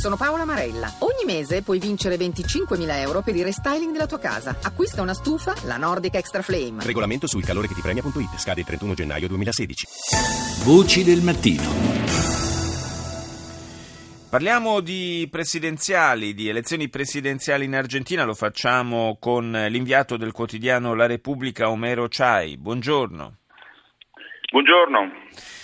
sono Paola Marella. Ogni mese puoi vincere 25.000 euro per il restyling della tua casa. Acquista una stufa, la Nordic Extra Flame. Regolamento sul calore che ti premia.it. Scade il 31 gennaio 2016. Voci del mattino. Parliamo di presidenziali, di elezioni presidenziali in Argentina. Lo facciamo con l'inviato del quotidiano La Repubblica, Omero Chai. Buongiorno. Buongiorno.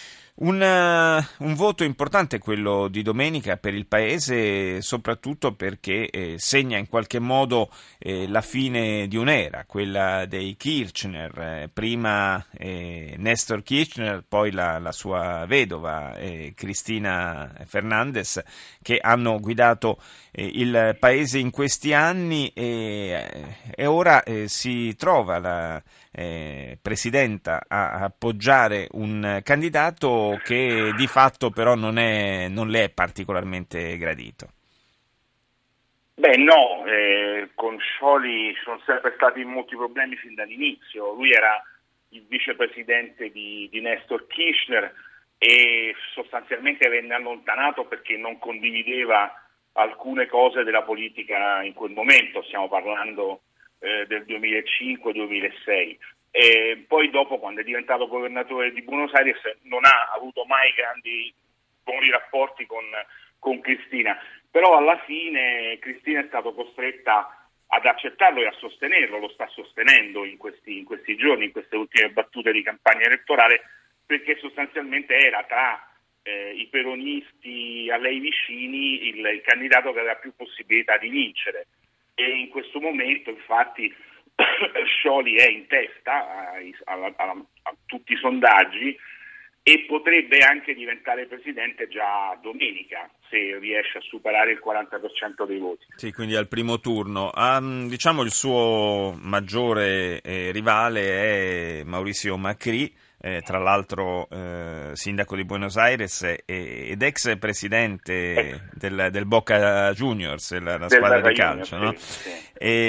Un voto importante quello di domenica per il Paese, soprattutto perché segna in qualche modo la fine di un'era, quella dei Kirchner, prima Néstor Kirchner, poi la sua vedova Cristina Fernández, che hanno guidato il Paese in questi anni e ora si trova la Presidenta a appoggiare un candidato che di fatto però non le è particolarmente gradito. Beh no, con Scioli ci sono sempre stati molti problemi fin dall'inizio. Lui era il vicepresidente di Néstor Kirchner e sostanzialmente venne allontanato perché non condivideva alcune cose della politica in quel momento. Stiamo parlando del 2005-2006. Poi dopo, quando è diventato governatore di Buenos Aires, non ha avuto mai buoni rapporti con Cristina, però alla fine Cristina è stata costretta ad accettarlo e a sostenerlo, lo sta sostenendo in questi giorni, in queste ultime battute di campagna elettorale, perché sostanzialmente era tra i peronisti a lei vicini il candidato che aveva più possibilità di vincere. E in questo momento, infatti, Scioli è in testa a tutti i sondaggi e potrebbe anche diventare presidente già domenica, se riesce a superare il 40% dei voti. Sì, quindi al primo turno. Diciamo il suo maggiore rivale è Mauricio Macri, tra l'altro sindaco di Buenos Aires ed ex presidente del Boca Juniors, la squadra di calcio, no? Sì.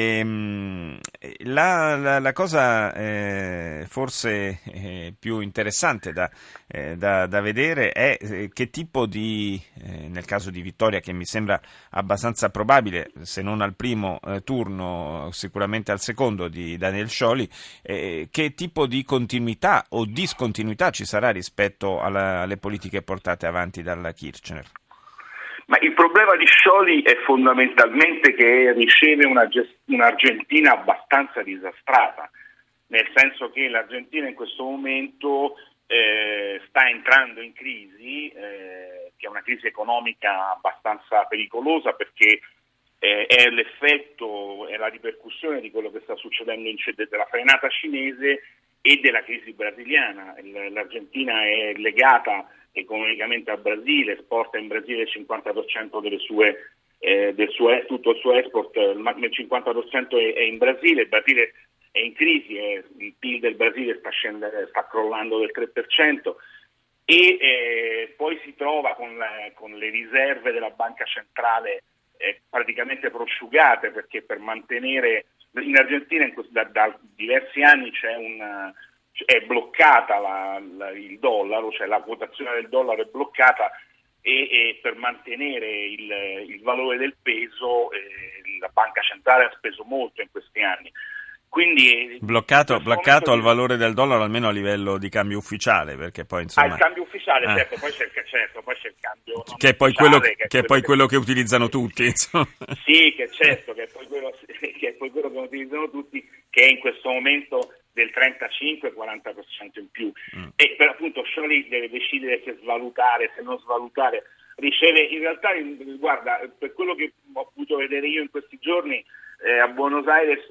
La cosa forse più interessante da vedere è che tipo di, nel caso di vittoria, che mi sembra abbastanza probabile, se non al primo turno, sicuramente al secondo, di Daniel Scioli, che tipo di continuità o discontinuità ci sarà rispetto alle politiche portate avanti dalla Kirchner? Ma il problema di Scioli è fondamentalmente che riceve un'Argentina abbastanza disastrata, nel senso che l'Argentina in questo momento sta entrando in crisi, che è una crisi economica abbastanza pericolosa, perché è l'effetto, è la ripercussione di quello che sta succedendo della frenata cinese e della crisi brasiliana. L'Argentina è legata economicamente al Brasile, esporta in Brasile il 50% tutto il suo export, il 50% è in Brasile. Il Brasile è in crisi, il PIL del Brasile sta crollando del 3% e poi si trova con le riserve della banca centrale praticamente prosciugate, perché per mantenere in Argentina da diversi anni è bloccata il dollaro, cioè la quotazione del dollaro è bloccata e per mantenere il valore del peso la banca centrale ha speso molto in questi anni. Quindi bloccato al valore del dollaro, almeno a livello di cambio ufficiale, perché poi insomma il cambio ufficiale, certo, poi c'è il cambio che è poi quello che utilizzano tutti, insomma. Sì, che è poi quello che utilizzano tutti, che è in questo momento del 35-40% in più. E per appunto Scioli deve decidere se svalutare, se non svalutare. Riceve, in realtà, guarda, per quello che ho potuto vedere io in questi giorni a Buenos Aires,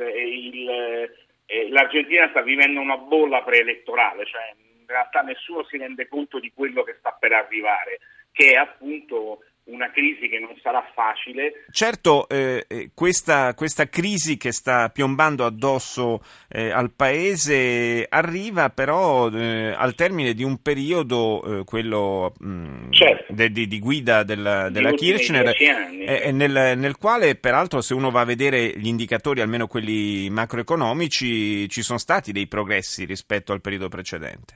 l'Argentina sta vivendo una bolla preelettorale, cioè in realtà nessuno si rende conto di quello che sta per arrivare, che è appunto una crisi che non sarà facile. Certo, questa crisi che sta piombando addosso al Paese arriva però al termine di un periodo, quello certo, di guida della Kirchner, nel quale peraltro, se uno va a vedere gli indicatori, almeno quelli macroeconomici, ci sono stati dei progressi rispetto al periodo precedente.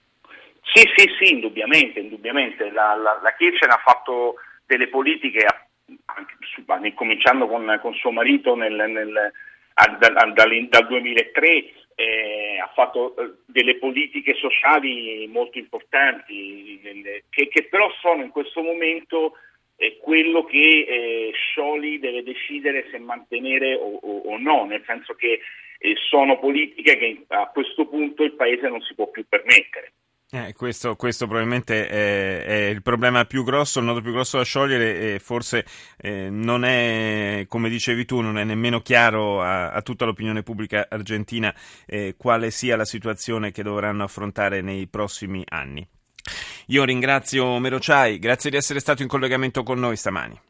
Sì, indubbiamente. La Kirchner ha fatto delle politiche cominciando con suo marito dal 2003, ha fatto delle politiche sociali molto importanti, che però sono in questo momento quello che Scholli deve decidere se mantenere o no, nel senso che sono politiche che a questo punto il Paese non si può più permettere. Questo probabilmente è il problema più grosso, il nodo più grosso da sciogliere, e forse non è, come dicevi tu, non è nemmeno chiaro a tutta l'opinione pubblica argentina quale sia la situazione che dovranno affrontare nei prossimi anni. Io ringrazio Omero Ciai, grazie di essere stato in collegamento con noi stamani.